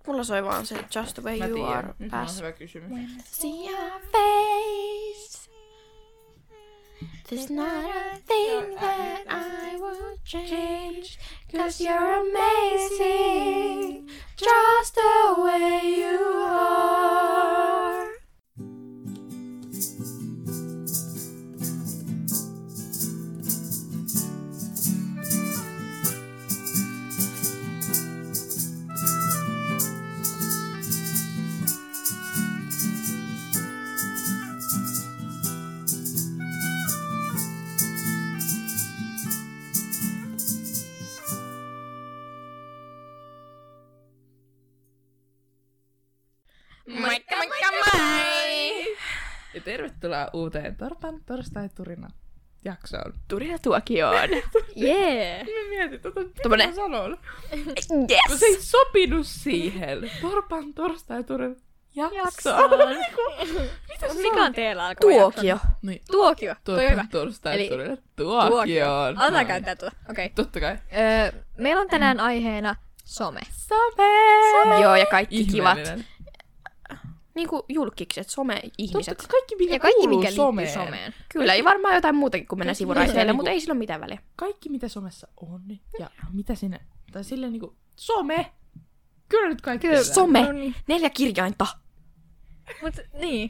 Mulla soi vaan se Just the way you are. Nyt on hyvä kysymys. See your face. There's not a thing that I would change. 'Cause you're amazing. Just the way you are. Moikka moi! Ja tervetuloa uuteen Torpan torstai-turina jaksoon. Turina tuokioon. Jee! Mä mietin, mitä Tommonen- mä sanon. Yes! Kun se ei sopinut siihen. Torpan torstai-turina jaksoon. Mitä sä Mikä on teillä alkava Tuokio. Niin, Tuokio. Toi on hyvä. Torpan torstai-turina tuokioon. Aletaan käyttää tuota. Okei. Totta kai. Meillä on tänään aiheena some. Some! Joo, ja kaikki kivat Ihmeellinen. niinku julkikset, some-ihmiset. Totta, kaikki mikä Ja kaikki, kuuluu mikä liittyy someen. someen. Kyllä, ei varmaan jotain muutakin kuin mennä Kaikki sivuraiteille, mitä mutta niinku- ei sillä ole mitään väliä. Kaikki mitä somessa on ja mitä sinne, tai silleen niinku, some! Kyllä nyt kaikki Kyllä, tiedetään. Some! No niin. 4 kirjainta. Mut niin.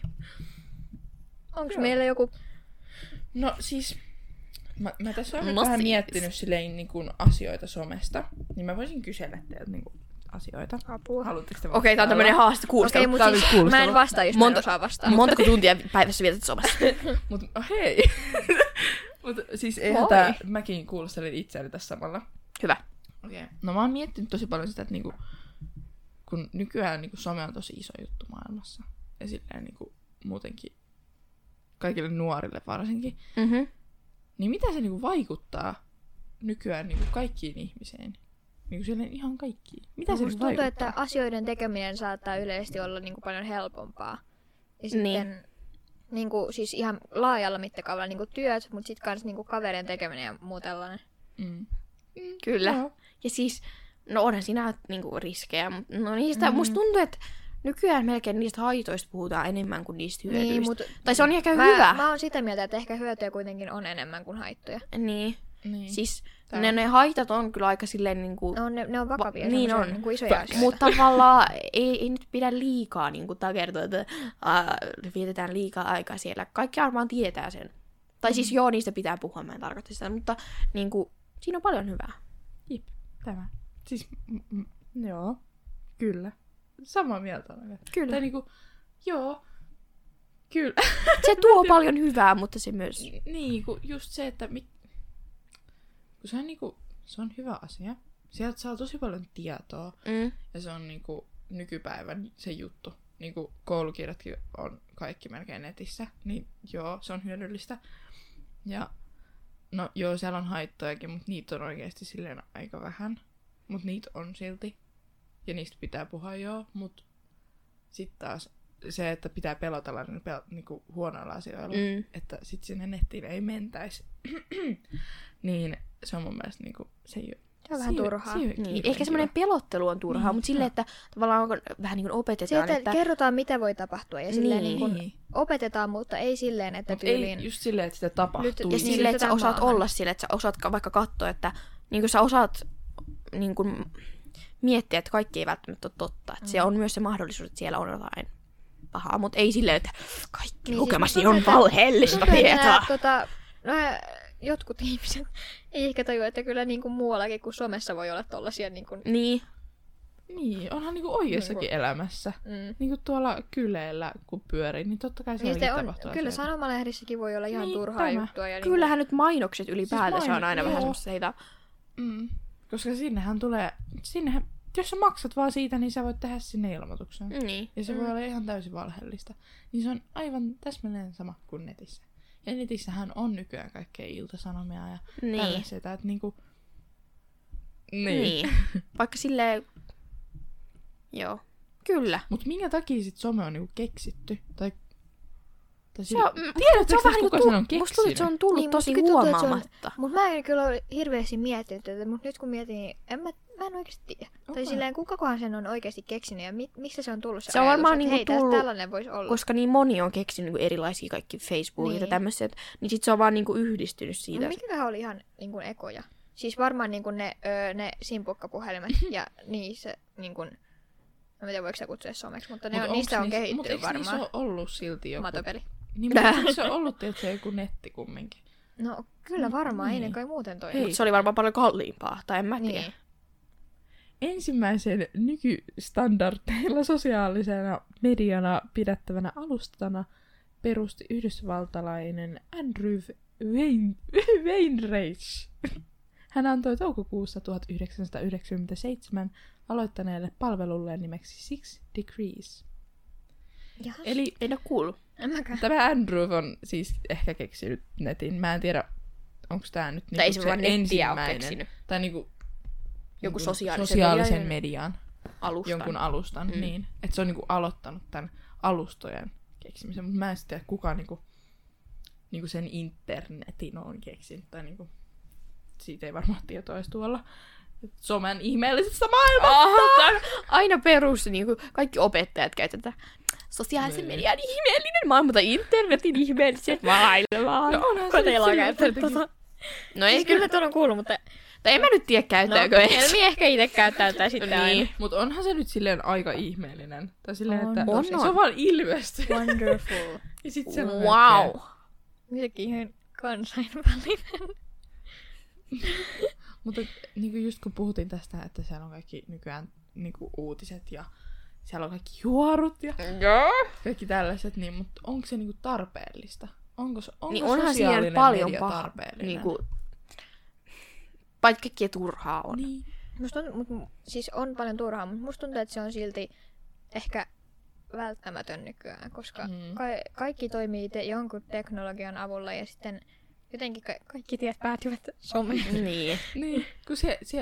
Onks Joo. meillä joku... No siis, mä tässä olen nyt No vähän siis. miettinyt silleen niin kuin asioita somesta, niin mä voisin kysellä teiltä niin kuin asioita. Apua. Haluatteko te Okei, tää on tämmönen haaste kuulustelu. Okei, mut Tää on siis nyt kuulustelu. mä en vastaa, jos mä en osaa vastaa. Montako tuntia päivässä vietät somessa? Mut hei! Mut siis eihän Moi. tää, mäkin kuulustelin itseäni tässä samalla. Hyvä. Okei. No mä oon miettinyt tosi paljon sitä, että niinku, kun nykyään niinku some on tosi iso juttu maailmassa. Ja silleen niinku muutenkin kaikille nuorille varsinkin. Mhm. Niin mitä se niinku vaikuttaa nykyään niinku kaikkiin ihmiseen? Niinku silleen ihan kaikkiin. Mitä se Musta niinku tuntuu, vaikuttaa? että asioiden tekeminen saattaa yleisesti olla niinku paljon helpompaa. Ja sitten Niin. niinku, siis ihan laajalla mittakaavalla niinku työt, mutta sitten kans niinku kaverien tekeminen ja muu tällainen. Mm. Kyllä. Joo. Ja siis, no onhan siinä niinku riskejä, mutta no niistä musta tuntuu, että nykyään melkein niistä haitoista puhutaan enemmän kuin niistä hyödyistä. Niin, mut Tai se on ehkä hyvä. mä oon sitä mieltä, että ehkä hyötyä kuitenkin on enemmän kuin haittoja. Niin. Niin. Siis Tää- ne haitat on kyllä aika silleen niinku... Ne on vakavia, niin semmosia on. niinku isoja asioita. Mutta tavallaan ei nyt pidä liikaa niinku takertua, että vietetään liikaa aikaa siellä. Kaikki varmaan tietää sen. Tai siis joo, niistä pitää puhua, mä en tarkoita sitä, mutta niinku, siinä on paljon hyvää. Jip, tämä. Siis, joo, kyllä. Samaa mieltä olen. Kyllä. Tai niinku, joo, kyllä. Se tuo paljon hyvää, mutta se myös... Niin, kun just se, että kun se on niinku, se on hyvä asia. Sieltä saa tosi paljon tietoa. Mm. Ja se on niinku nykypäivän se juttu. Niinku koulukirjatkin on kaikki melkein netissä. Niin joo, se on hyödyllistä. Ja no joo, siellä on haittojakin, mutta niitä on oikeasti silleen aika vähän. Mutta niitä on silti. Ja niistä pitää puhua joo, mutta sitten taas se, että pitää pelotella niinku huonoilla asioilla. Mm. Että sit sinne nettiin ei mentäisi. Niin se on mun mielestä niinku, se ei Se on vähän turhaa. Niin, ehkä semmoinen pelottelu on turhaa, mutta silleen, että tavallaan vähän niin kuin Se, opetetaan, että kerrotaan, mitä voi tapahtua ja silleen Niin. niin kuin opetetaan, mutta ei silleen, että Mut tyyliin... ei just silleen, että sitä tapahtuu. Nyt- ja niin, silleen, että sä lytetään osaat maahan. olla silleen, että sä osaat vaikka katsoa, että niin kuin sä osaat niin kuin miettiä, että kaikki ei välttämättä ole totta. Että se on myös se mahdollisuus, että siellä on jotain pahaa, mutta ei silleen, että kaikki Niin, lukemasi siis on tuntuu, että- valheellista tuntuu, että tietoa. nää, jotkut ihmiset ei ehkä tajua, että kyllä niin kuin muuallakin kuin somessa voi olla tollasia niin kuin... Niin, Niin, onhan niinku oikeassakin elämässä. Niinku tuolla kyleillä, kun pyörii, niin totta kai Niin sielläkin sitten on, tapahtuu kyllä asioita. sanomalehdissäkin voi olla ihan Niin, turhaa tämä. juttua. Ja kyllähän nyt mainokset ylipäätänsä Siis on aina vähän joo. semmoista Koska sinnehän tulee, jos sä maksat vaan siitä, niin sä voit tehdä sinne ilmoituksen. Niin. Ja se voi olla ihan täysin valheellista. Niin se on aivan täsmälleen sama kuin netissä. Ja netissähän on nykyään kaikkea iltasanomia ja Niin. tällaisia, että niinku... Niin. Vaikka silleen... Joo. Kyllä. Mut minkä takia sit some on niinku keksitty? Tai Se on, tiedättekö tiedät, se on vähän kuka niinku sen on musta tuntuu, että se on tullut Niin, tosi musta tuntuu, että se on- huomaamatta. Mutta mä en kyllä ole hirveästi miettinyt tätä, mutta nyt kun mietin, niin mä mä en oikeesti tiedä. Tai Okei. silleen, kukakohan sen on oikeesti keksinyt ja mistä se on tullut se Se on ajatus, varmaan että niinku hei, tullut- tällainen voisi olla. Koska niin moni on keksinyt niinku erilaisia kaikki Facebookit ja Niin. tämmöiset, niin sit se on vaan niinku yhdistynyt siitä. No, mikäköhän oli ihan niin ekoja? Siis varmaan niin ne simpukkapuhelimet ja niissä niin kuin, en tiedä voiko sitä kutsua someksi, mutta niistä on kehittynyt Mutta eikö niissä varmaan. ole ollut silti joku... Matopeli. Niin, mutta se on ollut tietysti joku netti kumminkin. No kyllä varmaan, ei ne Niin. kai muuten toimi. Mut se oli varmaan paljon kalliimpaa, tai en mä tiedä. Niin. Ensimmäisen nykystandardeilla sosiaalisena mediana pidettävänä alustana perusti yhdysvaltalainen Andrew Weinreich. Hän antoi toukokuussa 1997 aloittaneelle palvelulle nimeksi Six Degrees. Jahas. Eli En oo kuullut. En mäkään. tämä Andrew on siis ehkä keksinyt netin. Mä en tiedä, onko tämä nyt Tai ei niinku se vaan nettiä ole ensimmäinen. keksinyt. Tai niinku Joku niinku sosiaalisen median Alustan. jonkun alustan, Mm. niin. Että se on niinku aloittanut tämän alustojen keksimisen, mutta mä en sitten tiedä, kuka niinku sen internetin on keksinyt. Tai niinku, siitä ei varmaan tietoa edes tuolla somen ihmeellisessä maailmassa. Aina perus, niin kuin kaikki opettajat käytetään sosiaalisen Niin. median ihmeellinen maailma tai internetin ihmeellisen maailmaa. No onhan Kun se teillä on silleen käyttänyt kuitenkin. tota. No ei Siis kyllä mä tuon on kuullut, mutta tai en mä nyt tiedä käyttääkö edes. Elmi ehkä itse käyttäytää sitten Niin. aina. Mutta onhan se nyt silleen aika ihmeellinen. Tai silleen, että On, se on. on vaan ilmestynyt. Wonderful. Ja sit se on Wow. Mitäkin ihan kansainvälinen. Mutta niinku just kun puhuttiin tästä, että siellä on kaikki nykyään niinku uutiset ja siellä on kaikki juorut ja Joo. kaikki tällaiset, niin mutta onko se niinku tarpeellista? Onko Niin onhan siellä sosiaalinen paljon media pahaa. tarpeellinen? Niinku, paitsi kaikkia turhaa on. Niin. Musta siis on paljon turhaa, mutta musta tuntuu, että se on silti ehkä välttämätön nykyään, koska kaikki toimii jonkun teknologian avulla ja sitten jotenkin kaikki tiet päätyvät someen. Niin. Niin, kun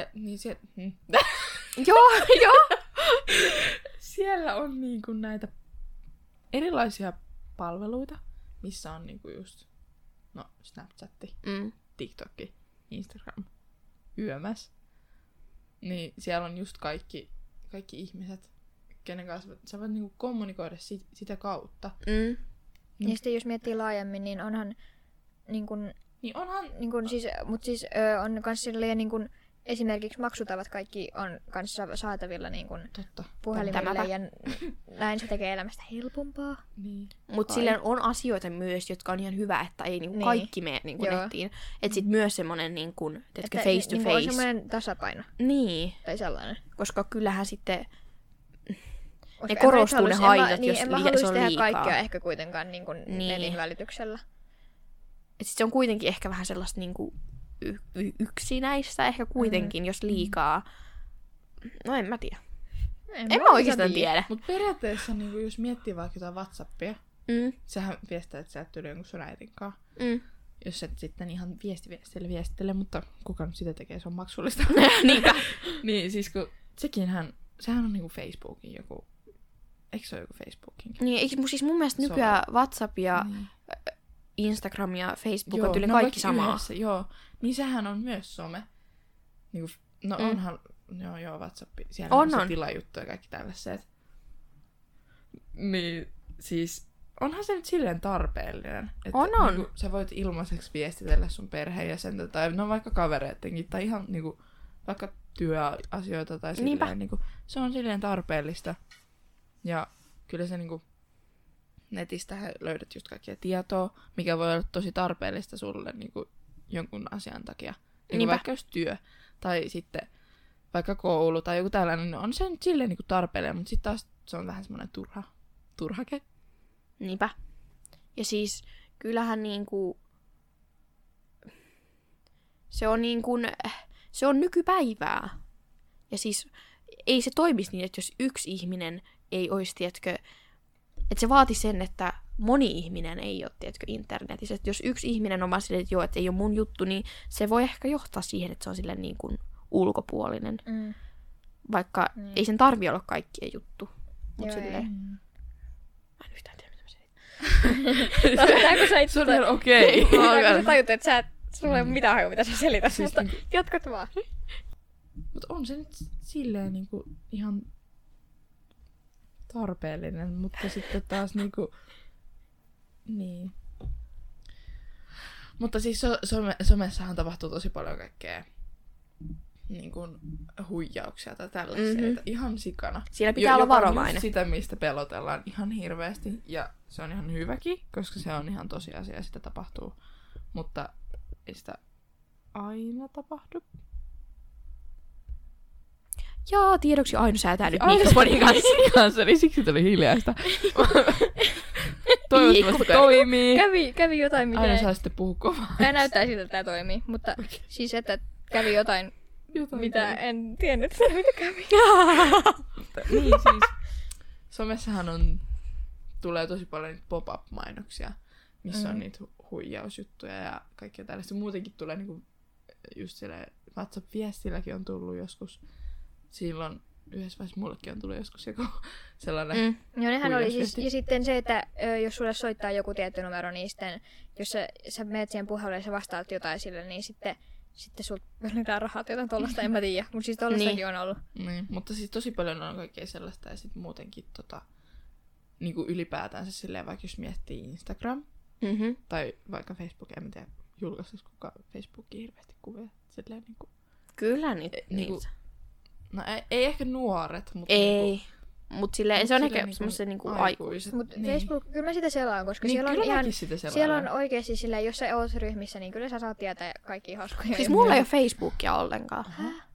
Joo. siellä on niinku näitä erilaisia palveluita, missä on niinku just Snapchatti, Mm. TikTokki, Instagram, YMS. Niin siellä on just kaikki ihmiset, kenen kanssa sä voit niinku kommunikoida sitä kautta. Mm. Ja sitten jos miettii laajemmin, niin onhan niin kun, Niin onhan... siis, on kans silleen niin kun, esimerkiksi maksutavat kaikki on kanssa saatavilla niin kun Totta. puhelimelle Tämäpä. ja näin se tekee elämästä helpompaa. Niin. Mutta silleen on asioita myös, jotka on ihan hyvä, että ei niinku Niin. kaikki mene niinku Joo. nettiin. Että sit myös semmonen niinku, teetkö, Että face to niin kun on face. semmoinen tasapaino Niin, tai sellainen. koska kyllähän sitten Koska ne en mä korostuu nyt ne haluais- haitat, en jos mä se haluais on tehdä liikaa. kaikkea ehkä kuitenkaan niin kuin Niin. netin välityksellä. Et sit se on kuitenkin ehkä vähän sellaista niinku yksinäistä ehkä kuitenkin, jos liikaa. No en mä tiedä. En mä oikeastaan tiedä. Mutta periaatteessa niinku, jos miettii vaikka jotain WhatsAppia, Mm. sähän viestät sieltä tuli jonkun sun äitin kanssa. Mm. Jos et sitten ihan viestille, mutta kuka nyt sitä tekee, se on maksullista. Niinpä. Niin siis kun sehän on niinku Facebookin joku, eikö se ole joku Facebookin? Niin, siis mun mielestä nykyään WhatsApp ja Niin. Instagram ja Facebook Joo, on yli ne on kaikki samaa. yhdessä, joo. Niin sehän on myös some. Niinku, no Mm. onhan, joo, WhatsApp, siellä On. on se tilajuttu ja kaikki tällaiset. Niin, siis onhan se nyt silleen tarpeellinen. Että On. Niinku, sä voit ilmaiseksi viestitellä sun perheenjäsentä tai no vaikka kavereidenkin tai ihan niinku, vaikka työasioita tai Niinpä. silleen. Niinku, se on silleen tarpeellista. Ja kyllä se niinku, netistä löydät just kaikkea tietoa, mikä voi olla tosi tarpeellista sulle niinku, jonkun asian takia. Niinku Niinpä. vaikka just työ tai sitten vaikka koulu tai joku tällainen, niin on se nyt silleen niinku tarpeellinen, mutta sitten taas se on vähän semmoinen turhake. Niinpä. Ja siis kyllähän niinku se on niinku se on nykypäivää. Ja siis ei se toimisi niin, että jos yksi ihminen ei olisi, tiedätkö, että se vaati sen, että moni ihminen ei ole, tiedätkö, internetissä. Että jos yksi ihminen on vaan silleen, että joo, että ei ole mun juttu, niin se voi ehkä johtaa siihen, että se on silleen niin kuin ulkopuolinen. Mm. Vaikka ei sen tarvi olla kaikkien juttu. Mut Joo, silleen, ei. mä en yhtään tiedä, mitä mä selitän. Tääkö sä Se on ihan okei. Tääkö sä tajut, että sulla ei ole mitään hajua, mitä sä selität, Siis mutta niinku- jatkat vaan. Mutta on se nyt silleen niinku ihan tarpeellinen, mutta sitten taas niinku niin. Mutta siis somessahan tapahtuu tosi paljon kaikkea niin kuin huijauksia tai tällaisia, ihan sikana. Siellä pitää olla varovainen. Sitä, mistä pelotellaan ihan hirveästi, ja se on ihan hyväkin, koska se on ihan tosiasia, sitä tapahtuu. Mutta ei sitä aina tapahdu. Jaa, tiedoksi Aino säätää nyt mikrofonin kanssa. Niin siksi tuli hiljaista. Toivottavasti toimii. Kävi jotain, mitä... Aina saa sitten puhua kovaa. Tämä näyttää siltä, että tämä toimii, mutta siis, että kävi jotain mitä kävi. En tiennyt, mitä kävi. Niin siis, somessahan tulee tosi paljon niitä pop-up-mainoksia, missä on niitä huijausjuttuja ja kaikkea tällaista. Muutenkin tulee niinku just silleen, WhatsApp-viestilläkin on tullut joskus. Silloin yhdessä vaiheessa mullekin on tullut joskus joku sellainen Joo, nehän oli siis, ja sitten se, että jos sulle soittaa joku tietty numero, niin sitten, jos sä menet siihen puheluun ja sä vastaat jotain sille, niin sitten sulta myönnetään rahat jotain tollaista, en mä tiedä. Mutta siis tollaistakin on ollut. Niin, mutta siis tosi paljon on kaikkea sellaista ja sitten muutenkin niinku ylipäätänsä silleen, vaikka jos miettii Instagram tai vaikka Facebook, en tiedä, julkaisisi kukaan Facebookiin hirveästi kuvia silleen niinku. Kyllä niitä. No ei ehkä nuoret, mutta ei. Niinku, mut silleen, se on ehkä semmoisen niinku aikuiset. Mut niin. Facebook, kyllä mä sitä selaan, koska niin, siellä on oikeesti silleen, jos sä oot ryhmissä, niin kyllä sä saat tietää kaikki hauskoja. Siis mulla ei ole Facebookia ollenkaan.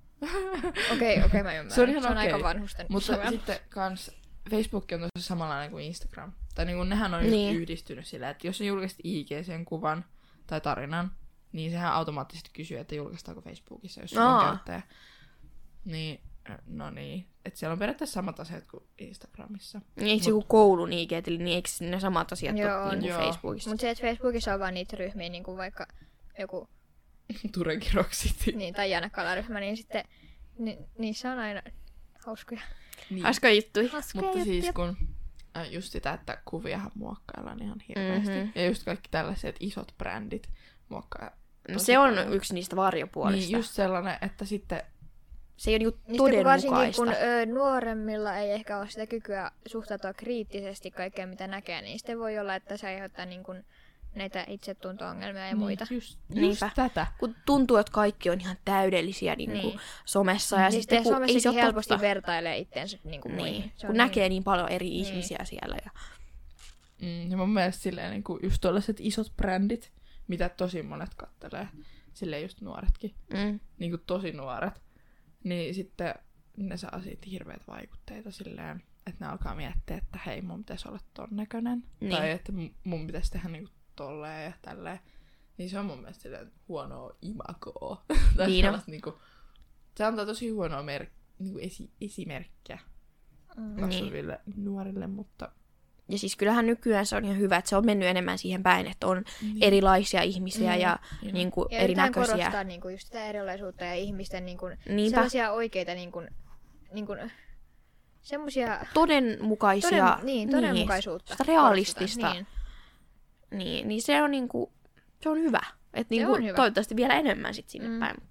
Okei, mä ymmärrän. Se on ihan aika vanhusten. Mutta sitten kans Facebook on tosi samanlainen kuin Instagram. Tai niinku nehän on yhdistynyt sillä, että jos sä julkaisit IG:n kuvan tai tarinan, niin sehän automaattisesti kysyy, että julkaistaanko Facebookissa, jos sulla on käyttäjä. Niin, no niin. Että siellä on periaatteessa samat asiat kuin Instagramissa. Eikö se joku koulun IG, niin eikö ne samat asiat ole niin kuin Facebookissa? Mutta se, että Facebookissa on vaan niitä ryhmiä, niin kuin vaikka joku... Turekiroksiti. Niin, tai Janekala-ryhmä, niin sitten niissä on aina hauskoja. Niin. Hauskoja juttuja. Mutta siis kun just sitä, että kuviahan muokkaillaan ihan hirveästi. Ja just kaikki tällaiset isot brändit muokkaa. No se on yksi niistä varjopuolista. Niin, just sellainen, että sitten... Se ei ole niinku todenmukaista. Varsinkin kun nuoremmilla ei ehkä ole sitä kykyä suhtautua kriittisesti kaikkeen, mitä näkee, niin sitten voi olla, että se aiheuttaa niin kuin näitä itsetunto-ongelmia ja muita. Just tätä. Kun tuntuu, että kaikki on ihan täydellisiä niin. Somessa. Ja sitten somessakin helposti vertailee itseensä niin kuin muihin. Kun näkee niin paljon eri ihmisiä siellä. Ja mun mielestä silleen, niin kuin just tollaiset isot brändit, mitä tosi monet kattelee, silleen just nuoretkin, niin kuin tosi nuoret, niin sitten ne saa siitä hirveät vaikutteita silleen, että ne alkaa miettiä, että hei, mun pitäisi olla ton näköinen. Niin. Tai että mun pitäisi tehdä niinku tolleen ja tälleen. Niin se on mun mielestä silleen huonoa imagoa. Niin niinku, se antaa tosi huonoa niinku esimerkkiä kasvaville nuorille, mutta... Ja siis kyllähän nykyään se on ihan hyvä, että se on mennyt enemmän siihen päin, että on erilaisia ihmisiä ja niinku ja erinäköisiä. Ja korostaa niinku just sitä erilaisuutta ja ihmisten niinku sellaisia oikeita niinku semmoisia... Todenmukaisia. Todenmukaisuutta. Sitä realistista. Niin se on niinku, se on hyvä. Että niinku, hyvä. Toivottavasti vielä enemmän sit sinne päin.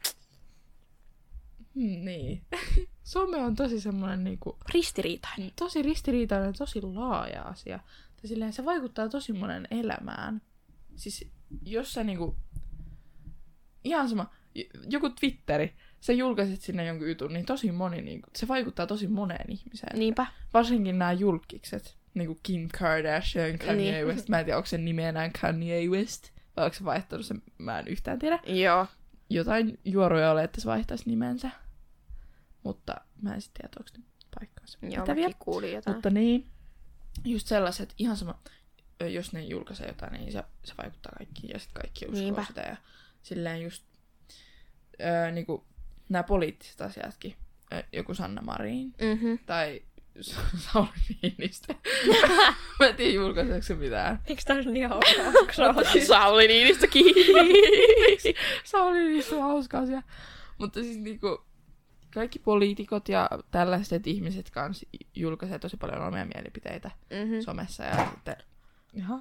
Niin. Some on tosi semmoinen niinku... ristiriitainen. Tosi ristiriitainen, tosi laaja asia. Tai silleen se vaikuttaa tosi monen elämään. Siis jos sä niinku... Ihan sama, joku Twitteri, sä julkaiset sinne jonkun jutun, niin tosi moni niinku... Se vaikuttaa tosi moneen ihmiseen. Niinpä. Varsinkin nämä julkikset. Niinku Kim Kardashian, Kanye West. Mä en tiedä, onko se nimeä enää Kanye West. Vai onko se vaihtanut sen? Mä en yhtään tiedä. Joo. Jotain juoruja ole, että se vaihtaisi nimensä. Mutta mä en sitten tiedä, onko ne paikkaansa. Joo, mäkin kuulin jotain. Mutta niin, just sellaiset, ihan sama, jos ne julkaisee jotain, niin se vaikuttaa kaikkiin ja sitten kaikki uskoo sitä. Ja silleen just niinku nämä poliittiset asiatkin, joku Sanna Marin tai Sauli Niinistö. Mä en tiedä, julkaiseeko se mitään. Miksi tää on niin hauskaa? Sauli Niinistö kiinni. Sauli Niinistö on hauska asia. Mutta siis niinku... Kaikki poliitikot ja tällaiset ihmiset kanssa julkaisee tosi paljon omia mielipiteitä somessa ja sitten... Jaha.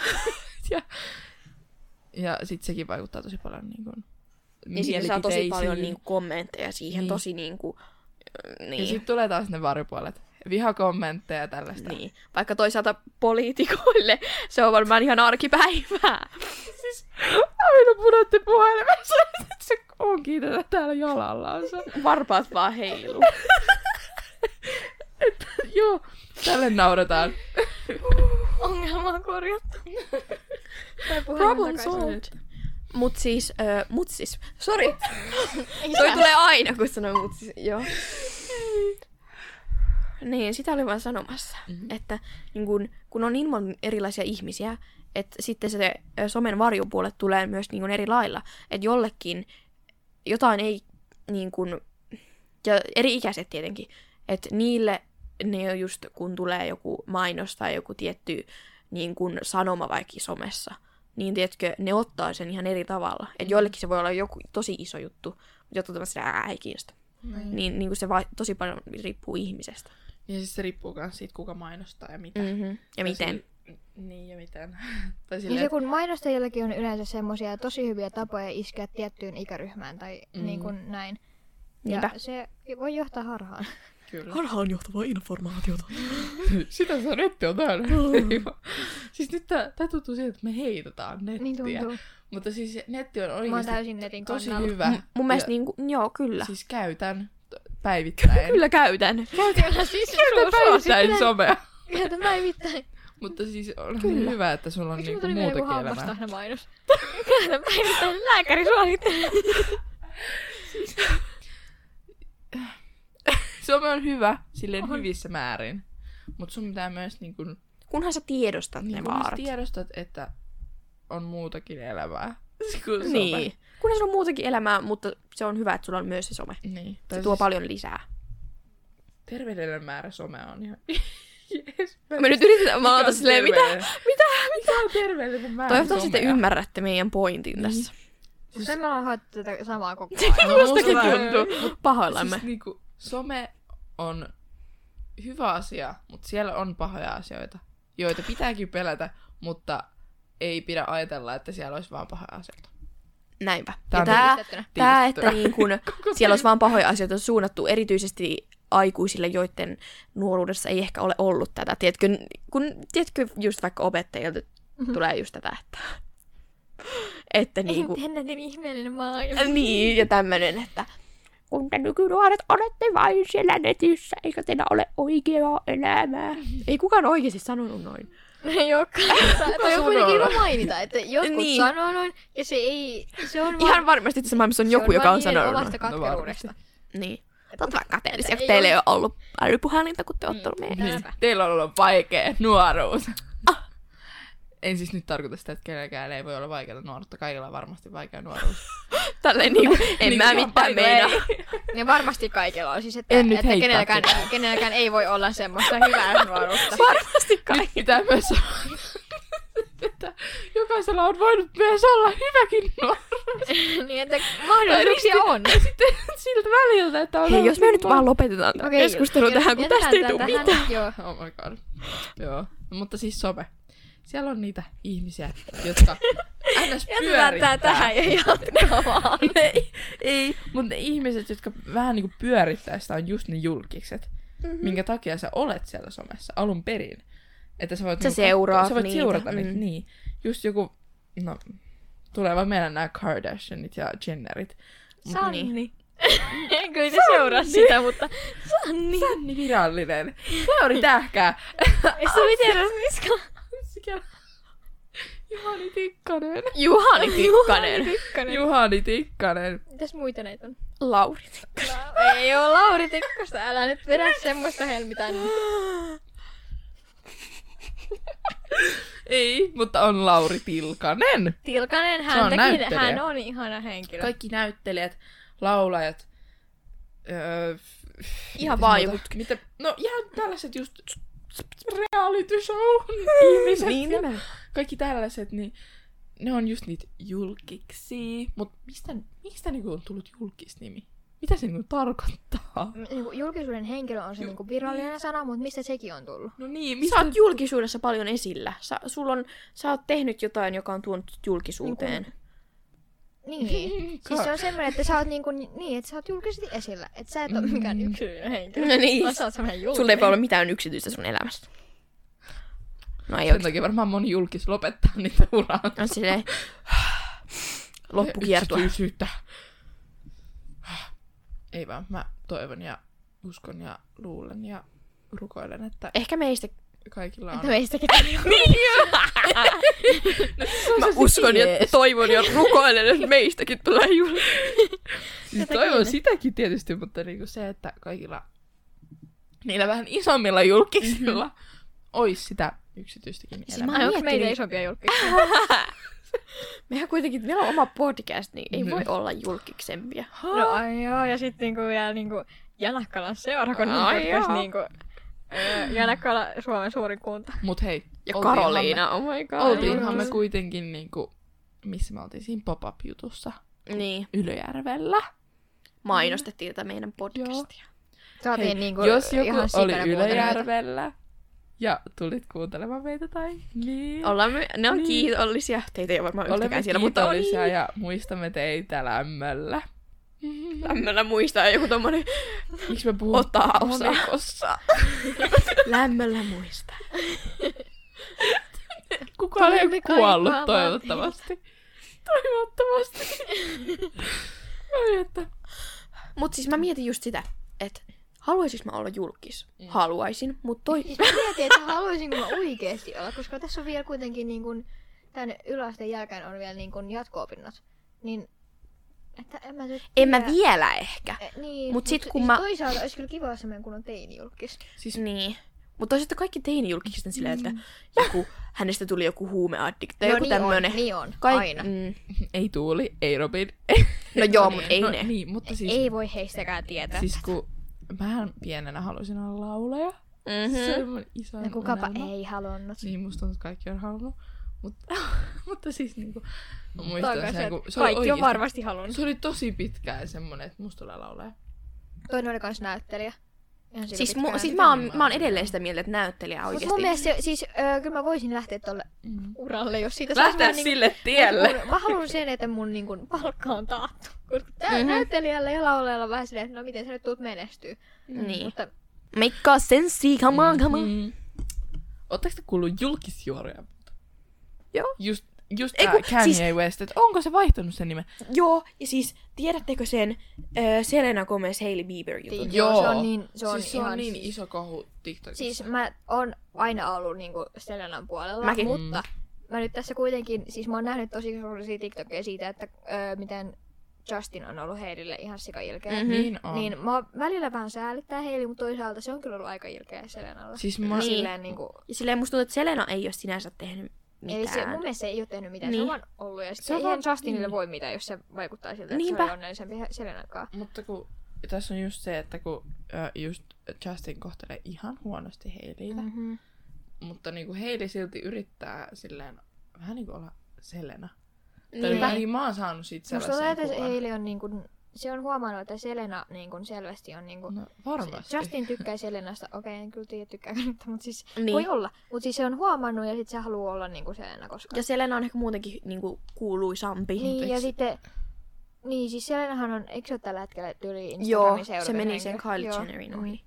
ja sitten sekin vaikuttaa tosi paljon niin kuin, niin siitä saa tosi paljon niin kuin, kommentteja siihen, tosi niin kuin, Ja Niin. sitten tulee taas ne varjopuolet. Vihakommentteja ja tällaista. Niin. Vaikka toisaalta poliitikoille se on varmaan ihan arkipäivää. Siis aina punatte puhelimessa, että se onkin tätä täällä jalallansa. Varpaat vaan heiluu. Joo, tälle nauretaan. Ongelma on korjattu. Problem solved. Mut siis, sori. Toi tulee aina, kun sanoo mutsis. Joo. Niin, sitä oli vaan sanomassa. Että niin kun on niin monta erilaisia ihmisiä, että sitten se somen varjopuolet tulee myös niin kun eri lailla. Että jollekin jotain ei niin kun, ja eri ikäiset tietenkin, että niille ne on just kun tulee joku mainos tai joku tietty niin kun sanoma vaikka somessa, niin tiedätkö, ne ottaa sen ihan eri tavalla. Että joillekin se voi olla joku tosi iso juttu, mutta jotkut tämmöistä ei kiinnosta. Niin kun se tosi paljon riippuu ihmisestä. Ja siis se riippuu myös siitä, kuka mainostaa ja mitä. Mm-hmm. Ja miten. Niin, ja miten. Tai Ja silleen, se kun mainostajillakin on yleensä semmoisia tosi hyviä tapoja iskeä tiettyyn ikäryhmään tai niin kuin näin. Niinpä. Ja se voi johtaa harhaan. kyllä. Harhaan johtavaa informaatiota. Sitä se netti on täällä. Siis nyt tää tuntuu siitä, että me heitataan nettiä. Niin tuntuu. Mutta siis netti on Mä oon oikeasti täysin netin tosi kannalla. hyvä. Mun mielestä Ja niinku, joo, kyllä. siis käytän päivittäin. Kyllä käytän. Kyllä siis Käytän päivittäin somea. Käytän päivittäin. Mutta siis on Kyllä. hyvä, että sulla on Miksi niinku mulla tuli joku muutakin elämää. hammastahna mainos? Käytän päivittäin lääkäri suosittelee. Some on hyvä silleen hyvissä määrin. Mutta sun pitää myös niinku, Kunhan sä tiedostat ne kunhan sä vaarat. tiedostat, että on muutakin elämää. kuin some. Niin. Kunhan sulla on muutakin elämää, mutta se on hyvä, että sulla on myös se some. Niin. Se tuo paljon lisää. Terveydellinen määrä somea on ihan... Yes. Me nyt yritetään maata silleen, mitä on terveellinen määrä Toivottavasti te somea? ymmärrätte meidän pointin tässä. Siis me ollaan hoidettu tätä samaa koko ajan. No, Mustakin musta tuntuu. Pahoillamme. Siis niinku, some on hyvä asia, mutta siellä on pahoja asioita, joita pitääkin pelätä, mutta ei pidä ajatella, että siellä olisi vaan pahoja asioita. Näinpä. Tää Ja on tää, tiivistettynä. että niin kun siellä olisi vaan pahoja asioita suunnattu erityisesti aikuisille, joiden nuoruudessa ei ehkä ole ollut tätä. Tiedätkö just vaikka opettajilta tulee just tätä, että niinku... Internetin ihmeellinen maailma. Niin, ja tämmönen, että kun te nykynuoret olette vain siellä netissä, eikä teillä ole oikeaa elämää. Ei kukaan oikeasti sanonut noin. Toi on kuitenkin hyvä mainita, että jotkut Niin. sanoo noin, ja se ei... Se on Ihan varmasti tässä maailmassa on joku, se joka vaan on niiden sanonut omasta noin. katkeruudesta. Niin. Te olette vaan kateellisia, kun Ei teillä ei ole- ole ollut älypuhelinta, kun te olette olleet meidän. Niin. Niin. Teillä on ollut vaikea nuoruus. En siis nyt tarkoita sitä, että kenelläkään ei voi olla vaikeaa nuoruutta. Kaikilla on varmasti vaikea nuoruus. Tälleen niinku, en Niin mä ihan mitään paikoin meinaa. Ja varmasti kaikilla on siis, että, En nyt että heittää kenelläkään ei voi olla semmoista hyvää nuoruutta. Varmasti Nyt kaikki. pitää myös sanoa, että jokaisella on voinut myös olla hyväkin nuoruus. Niin, että mahdollisuuksia on. Ja sitten siltä väliltä, että on Hei, ollut jos me nyt hyvä. vaan lopetetaan tämä Okei, keskustelu tähän, kun jätetään tästä ei tää tule tähän. mitään. Joo. Oh my god. Joo. Mutta siis some. Siellä on niitä ihmisiä, jotka ns. Jätetään pyörittää. tää tähän ja jatkaa vaan. Ei, mutta ne ihmiset, jotka vähän niinku pyörittää sitä, on just ne julkikset. Minkä takia sä olet siellä somessa alun perin. Että sä voit, Sä seuraat sä voit niitä, seurata niitä. mm. Niin. Just joku, no, tulee vaan meidän nämä Kardashianit ja Jennerit. Sanni. En kyllä seuraa sitä, mutta Sanni. Sanni virallinen. Lauri Tähkää. Ei se oli tiedä, Miska. Juhani Tikkanen. Juhani Tikkanen. Tikkanen. Juhani Tikkanen. Mitäs muita näitä on? Lauri. Ei oo Lauri Tikkosta, älä nyt vedä semmoista helmitään. Ei, mutta on Lauri Tilkanen. Tilkanen, Se on näyttelijä. hän on ihana henkilö. Kaikki näyttelijät, laulajat. Ihan mitäs vaan muuta? joku- Mitä? No ihan tällaiset just reality show ihmiset. Niin, ja nimenomaan. kaikki tällaiset, niin ne on just niitä julkiksi. Mut mistä niinku on tullut julkisnimi? Mitä se niinku tarkoittaa? Niinku julkisuuden henkilö on se niinku virallinen sana, mutta mistä sekin on tullut? No niin, Sä mistä... oot julkisuudessa paljon esillä. Sä oot tehnyt jotain, joka on tuonut julkisuuteen. Niin. Siis se on semmoinen, että sä oot että sä oot julkisesti esillä. Että sä et oo mikään yksilöinen henkilö. No niin. Vaan sä oot semmoinen julkinen. Sulla ei voi olla mitään yksityistä sun elämästä. No ei Sen oikein. takia varmaan moni julkis lopettaa niitä uraa. On silleen loppukiertua. Yksityisyyttä. Ei vaan, mä toivon ja uskon ja luulen ja rukoilen, että Ehkä meistä... kaikilla on... Että meistäkin Mä uskon ja toivon ja rukoilen, että meistäkin tulee julkis. Siis toivon sitäkin tietysti, mutta niinku se, että kaikilla niillä vähän isommilla julkisilla ois sitä yksityistäkin Siis elämää. mä- Onko meitä miettinyt- isompia julkisia? Mehän kuitenkin, meillä on oma podcast, niin ei voi olla julkiksempia. No ai joo, ja sitten niinku vielä Janakkalan seurakunnan Ai podcast joo. Janakkala Suomen suurin kunta. Mut hei, Ja oltiinhan Karoliina, oh my god. Oltiinhan me kuitenkin niinku, missä me oltiin siinä pop-up-jutussa Niin, Ylöjärvellä. mainostettiin tätä meidän podcastia. Saatiin niinku jos joku ihan oli sikana kuuntelijoita. Ylöjärvellä ja tulit kuuntelemaan meitä tai niin. Ne on Niin. kiitollisia. Teitä ei ole varmaan Olemme yhtäkään siellä, mutta on kiitollisia ja muistamme teitä lämmöllä. lämmöllä muistaa joku tommonen Miksi me puhun ottaa osaa. monikossa? Lämmöllä muistaa. Kukaan ei ole Tulemme kuollut kaipaamaan toivottavasti. Toivottavasti. Ai että. Mut siis mä mietin just sitä, että haluaisinko mä olla julkis? Haluaisin, mut toi... Siis mä mietin, että haluaisinko mä oikeesti olla, koska tässä on vielä kuitenkin tän yläasteen jälkeen on vielä jatko-opinnot. Niin, että en mä nyt En mä tiedä. vielä ehkä. Niin, Mut sit kun siis mä- toisaalta olisi kyllä kiva olla semmoinen kunnon teini-julkis. Siis Niin. Mutta toisaalta kaikki teinijulkiset on silleen, että hänestä tuli joku huumeaddikti tai joku niin tämmönen. on, niin on, Kaik- aina. ei Tuuli, ei Robin. No joo, mut ei no, ne. Niin, mutta siis, Ei voi heistäkään tietää. siis kun mähän pienenä halusin olla laulaja. Mhm. Se on mun iso Ja kukapa unelma. ei halunnut. Niin, musta tuntuu, että kaikki on halunnut. Mutta siis niinku, mä muistan Takaisin, sen, että kun se oli kaikki on oikeesti, varmasti halunnut. se oli tosi pitkään semmonen, että musta tulee laulaja. Toinen oli kans näyttelijä. Ihan sika Siis, pitkään. siis mä oon edelleen sitä mieltä, että näyttelijä Mut oikeesti. mun mielestä siis, kyllä mä voisin lähteä tolle uralle, jos siitä Lähteä vähän sille tielle. Mä haluan sen, että mun palkka on taattu. Koska näyttelijällä ja laulajalla on vähän silleen, että no miten sä nyt tuut menestyy. Niin. Mutta Make sense, come on, come on. Ootteko te kuullut julkisjuoruja? Joo. Just Ei tää kun, Kanye siis- West, että onko se vaihtanut sen nimen? Joo, ja siis tiedättekö sen Selena Gomez Hailey Bieber jutun? Joo, se on niin- se on siis se on ihan niin siis- iso kohu TikTokissa. siis mä oon aina ollut Selenan puolella, Mäkin. mutta mä nyt tässä kuitenkin, siis mä oon nähnyt tosi surullisia TikTokeja siitä, että miten Justin on ollut Heilille ihan sikailkeä. Niin on. Niin mä välillä vähän säälittää Heili, mutta toisaalta se on kyllä ollut aika ilkeä Selenalla. Siis mä... Niin. Silleen Ja silleen musta tuntuu, että Selena ei ole sinänsä tehnyt Eli mitään. se, mun mielestä se ei ole tehnyt mitään, Niin. se on vaan ollut. Ja Se sitten on eihän vaan- Justinille niin. voi mitään, jos se vaikuttaa siltä, että Niinpä. se oli onnellisempi Selenankaan. Mutta kun tässä on just se, että kun just Justin kohtelee ihan huonosti Haileytä, Mm-hmm. mutta niinku Hailey silti yrittää silleen vähän niinku olla Selena. Tai Niinpä. ainakin mä oon saanut siitä Musta tuntuu, sellaisen että kuvan. Heili on se on huomannut, että Selena selvästi on No varmasti. Justin tykkää Selenasta, okei, en kyllä tiedä tykkääkö nyt, mutta siis Niin. voi olla. Mutta siis se on huomannut ja sitten se haluaa olla Selena, koska... Ja Selena on ehkä muutenkin niinku kuuluisampi. Niin, ja Eikö- sitten... Niin, siis Selenahan on, eikö se ole tällä hetkellä tyyli Joo, Instagramin se seuraten meni henkilö? sen Kylie Joo. Jennerin ohi.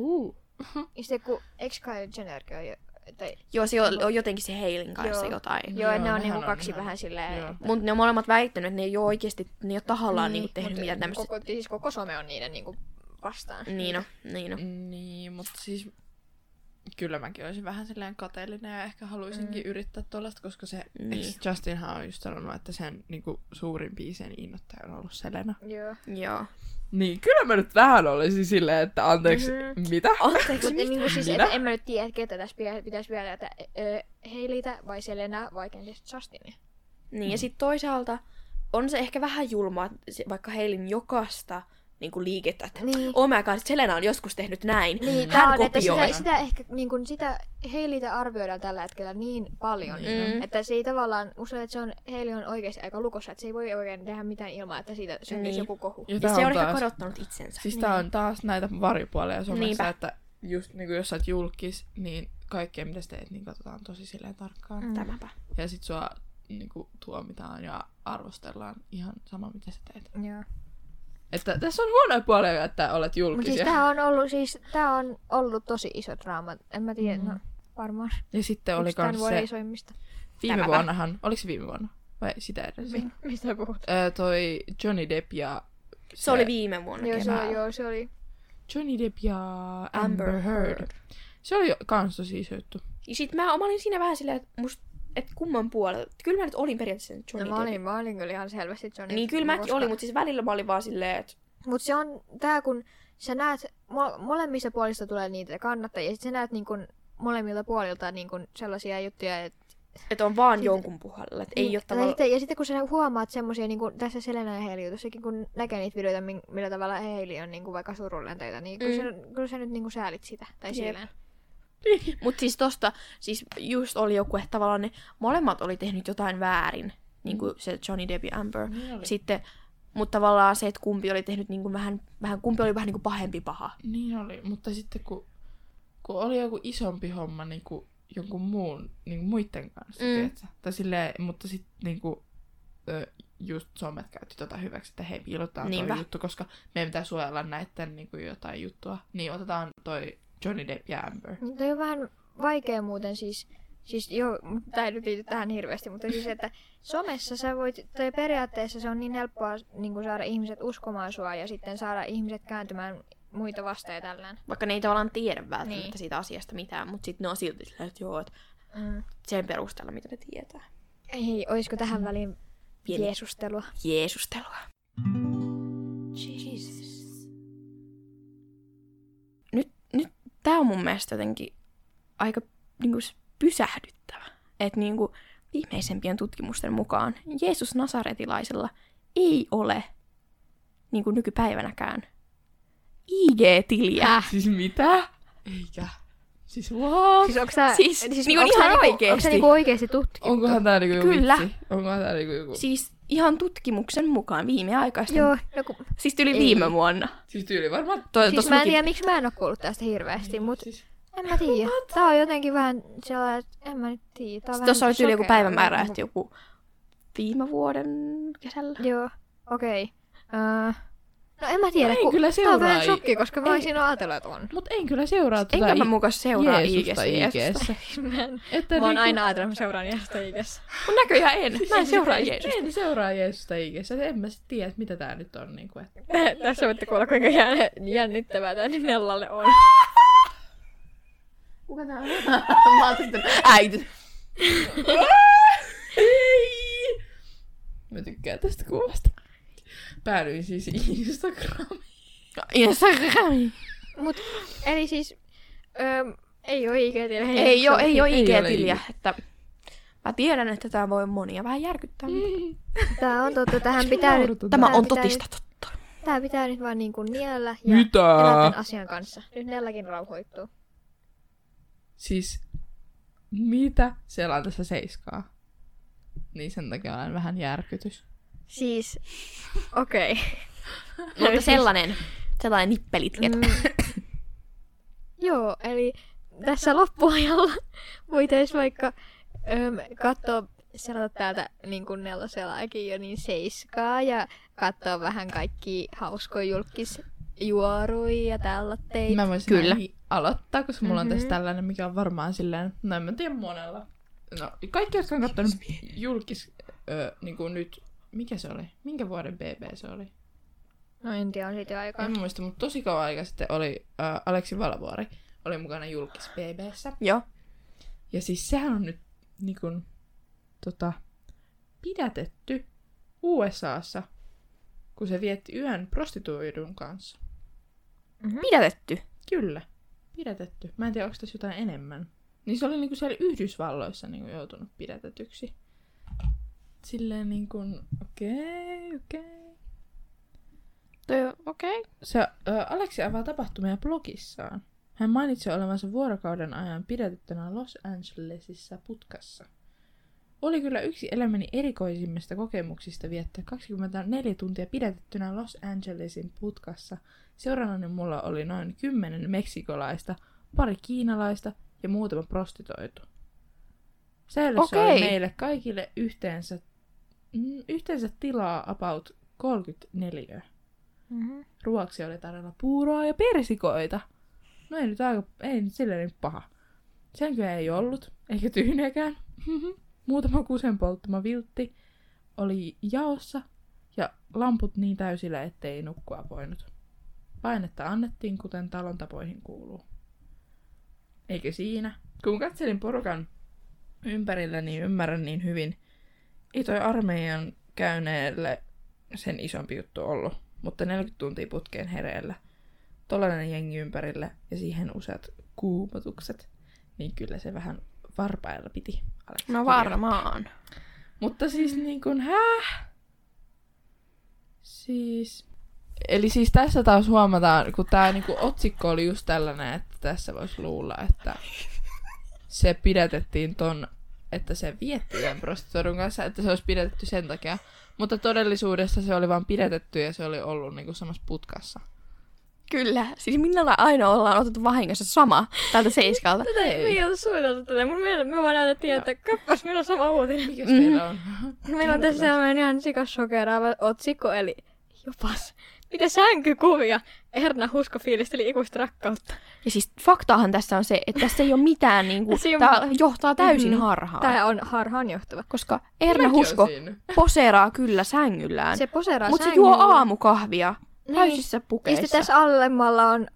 Ja sitten kun eikö Kylie Jennerkin on jo... Tai, Joo, se on jotenkin se Hailin kanssa Joo. jotain. joo, ne on nehän niinku on kaksi ihan- vähän silleen... joo. Mutta ne on molemmat väittänyt, että ne ei ole oikeesti, ne ei ole tahallaan niinku tehnyt mut mitään tämmöistä. koko some on niiden vastaan. Niin no. Niin, mutta siis kyllä mäkin olisin vähän silleen kateellinen ja ehkä haluaisinkin yrittää tollaista, koska se Niin. Justinhan on just sanonut, että sen niinku suurin biisien innoittaja on ollut Selena. Joo. Joo. Niin, kyllä mä nyt vähän olisin silleen, että anteeksi, mitä? Anteeksi, Mutta niinku siis, Minä? että en mä nyt tiedä, että ketä tässä pitäisi vielä, että Haileytä vai Selena vai kenties Justinia. Niin, ja sitten toisaalta on se ehkä vähän julmaa, vaikka Hailin jokaista niinku liikettä, että Niin. oh my god, Selena on joskus tehnyt näin. Niin, Hän tää on, että kopioi. sitä ehkä sitä Haileytä arvioidaan tällä hetkellä niin paljon, että se ei tavallaan, musta että Hailey on oikeasti aika lukossa, että se ei voi oikein tehdä mitään ilman, että siitä syntyisi Niin. joku kohu. Ja Ja tää se on ehkä taas- kadottanut itsensä. Siis tää on taas näitä varjopuolia somessa, Niinpä. että just niinku jos sä oot julkis, niin kaikkea mitä sä teet, niin katsotaan tosi silleen tarkkaan. Tämäpä. Ja sit sua niinku tuomitaan ja arvostellaan ihan sama, mitä sä teet. Joo. Että tässä on huonoja puolia, että olet julkisia. Mutta tää on ollut tosi iso draama. En mä tiedä, no varmaan. Ja sitten oli kans vuoden se, isoimmista. viime vuonnahan, oliko se viime vuonna? Vai sitä edelleen? Mistä puhut? Toi Johnny Depp ja... Se oli viime vuonna Joo, se oli. Johnny Depp ja Amber Heard. Se oli kans tosi iso juttu. Ja sit mä olin siinä vähän silleen, että kumman puolella. Kyllä mä nyt olin periaatteessa Johnny Depp. Mä olin kyllä ihan selvästi Johnny Depp. Niin kyllä mäkin olin, mutta siis välillä mä olin vaan silleen, että... Mut se on tää, kun sä näet, molemmista puolista tulee niitä kannattajia, ja sit sä näet niin kun molemmilta puolilta niin kun sellaisia juttuja, että on vaan jonkun puolella, että ei ole tavallaan... Ja sitten kun sä huomaat semmosia, niin kuin tässä Selena ja Hailey jutussakin, kun näkee niitä videoita, millä tavalla Hailey on niin kuin vaikka surullinen töitä, niin kyllä sä nyt niin kuin säälit sitä, tai silleen. Mut siis tosta, siis just oli joku, että tavallaan ne molemmat oli tehnyt jotain väärin, niin kuin se Johnny Depp ja Amber. Sitten, mutta tavallaan se, että kumpi oli tehnyt niin kuin vähän, kumpi oli vähän niin kuin pahempi paha. Niin oli, mutta sitten kun oli joku isompi homma niin kuin jonkun muun, niin kuin muiden kanssa, tiedätkö? Tai silleen, mutta sitten niin kuin, just somet käytti tota hyväksi, että hei, piilotetaan toi juttu, koska meidän pitää suojella näitten niin kuin jotain juttua. Niin otetaan toi Johnny Depp ja Amber. Toi on vähän vaikea muuten siis joo, tää ei nyt liity tähän hirveästi, mutta siis, että somessa sä voit, tai periaatteessa se on niin helppoa niin kuin saada ihmiset uskomaan sua ja sitten saada ihmiset kääntymään muita vastaan ja tällään. Vaikka ne ei tavallaan tiedä välttämättä siitä asiasta mitään, mutta sitten ne on silti silleen, että joo, että sen perusteella, mitä ne tietää. Ei, olisiko tähän väliin jeesustelua? Jeesustelua. Jesus. Nyt tää on mun mielestä jotenkin aika niinku pysähdyttävä. Että niinku viimeisempien tutkimusten mukaan Jeesus Nasaretilaisella ei ole niinku nykypäivänäkään IG-tiliä. Siis mitä? Eikä. Siis what? Siis onko tää... Siis niinku ihan oikeesti. Onko se niinku oikeesti tutkittu? Onkohan tää niinku joku Kyllä. vitsi? Onkohan tää niinku joku... Siis ihan tutkimuksen mukaan viimeaikaisten. Joo. Siis tyyli viime vuonna. Siis tyyli varmaan... Siis mä en tiedä, miksi mä en oo kuullut tästä hirveästi, mut... Siis... En mä tiedä. Tää on jotenkin vähän sellainen, että en mä nyt tiedä. Tuossa oli tyyli joku päivämäärä, että joku viime vuoden kesällä. Joo, okei. No en mä tiedä, en kyllä tää on vähän shokki, koska mä olisin ajatellut, että on. Mut en kyllä seuraa enkä mä mukaan seuraa Jeesusta. Mä oon aina ajatellut, että mä seuraan Jeesusta IG:ssä. Mun näköjään en. Mä en seuraa Jeesusta. En seuraa Jeesusta IG:ssä. En mä sit tiedä, että mitä tää nyt on. Niin kuin, että... Tässä voitte kuulla, kuinka jännittävää tää Nellalle on. Kuka tää on? Mä oon sitten äiti. Mä tykkään tästä kuvasta. Päädyin siis Instagramiin. Mut, eli siis, ei oo IG-tiliä. Ei oo IG-tiliä. Että mä tiedän, että tää voi monia vähän järkyttää. Tää on totta, tähän pitää nyt... Tämä on totista totta. Tää pitää nyt vaan niinku niellä ja mitä? elää tän asian kanssa. Nyt Nellakin rauhoittuu. Siis, mitä? Siellä on tässä 7. Niin sen takia on vähän järkytys. Siis, okei. Mutta sellainen nippelit. Joo, eli tässä loppuajalla voitaisiin vaikka katsoa, selata täältä niin kuin Nellasellakin jo niin 7 ja katsoa vähän kaikki hauskoja julkisjuoruja ja tällaitteita. Mä voisin aloittaa, koska mulla on tässä tällainen, mikä on varmaan silleen, no en mä tiedä monella. No, kaikki, jotka on katsonut niin kuin nyt, mikä se oli? Minkä vuoden BB se oli? No en tiedä, on siitä aikaa. En muista, mutta tosi kauan aika sitten oli Aleksi Valavuori oli mukana julkis BB:ssä. Joo. Ja siis sehän on nyt niin kuin, pidätetty USAssa, kun se vietti yön prostituoidun kanssa. Mm-hmm. Pidätetty? Kyllä, pidätetty. Mä en tiedä, onko tässä jotain enemmän. Niin se oli niinku siellä Yhdysvalloissa niinku joutunut pidätetyksi. Silleen niinku, okei. Okei. Se Aleksi avaa tapahtumia blogissaan. Hän mainitsi olevansa vuorokauden ajan pidätettynä Los Angelesissa putkassa. Oli kyllä yksi elämäni erikoisimmista kokemuksista viettää 24 tuntia pidätettynä Los Angelesin putkassa. Seurannani mulla oli noin 10 meksikolaista, pari kiinalaista ja muutama prostituoitu. Säilössä oli Okei. meille kaikille yhteensä tilaa about 34. Mhm. Ruoksi oli tarjolla puuroa ja persikoita. No ei nyt silleen paha. Sänkyä ei ollut, eikä tyhjäkään. Muutama kusen polttama viltti oli jaossa ja lamput niin täysillä, ettei nukkua voinut. Painetta annettiin, kuten talon tapoihin kuuluu. Eikö siinä? Kun katselin porukan ympärillä, niin ymmärrän niin hyvin. Ei toi armeijan käyneelle sen isompi juttu ollut, mutta 40 tuntia putkeen hereillä. Tollainen jengi ympärillä ja siihen useat kuumotukset, niin kyllä se vähän varpailla piti. No varmaan. Mutta siis niin kuin, Eli siis tässä taas huomataan, kun tää niinku otsikko oli just tällainen, että tässä voisi luulla, että se pidätettiin että se vietti tämän prostituoidun kanssa, että se olisi pidätetty sen takia. Mutta todellisuudessa se oli vaan pidätetty ja se oli ollut niinku samassa putkassa. Kyllä. Siis millä aina ollaan otettu vahingossa sama tältä seiskalta. Me ei ole suunniteltu tätä, mutta me vaan näytettiin, että kappas, meillä on sama uutinen. Mikäs teillä on? Meillä on tässä sellainen ihan sikassokeraava otsikko, eli jopas. Mitä sänkykuvia? Erna Husko fiilisteli ikuista rakkautta. Ja siis faktaahan tässä on se, että tässä ei ole mitään niinku, tää johtaa täysin harhaan. Tää on harhaanjohtava. Koska Erna Husko poseeraa kyllä sängyllään. Se poseeraa mutta se sängyllä. juo aamukahvia täysissä Ja pukeissa. sitten tässä alemmalla on...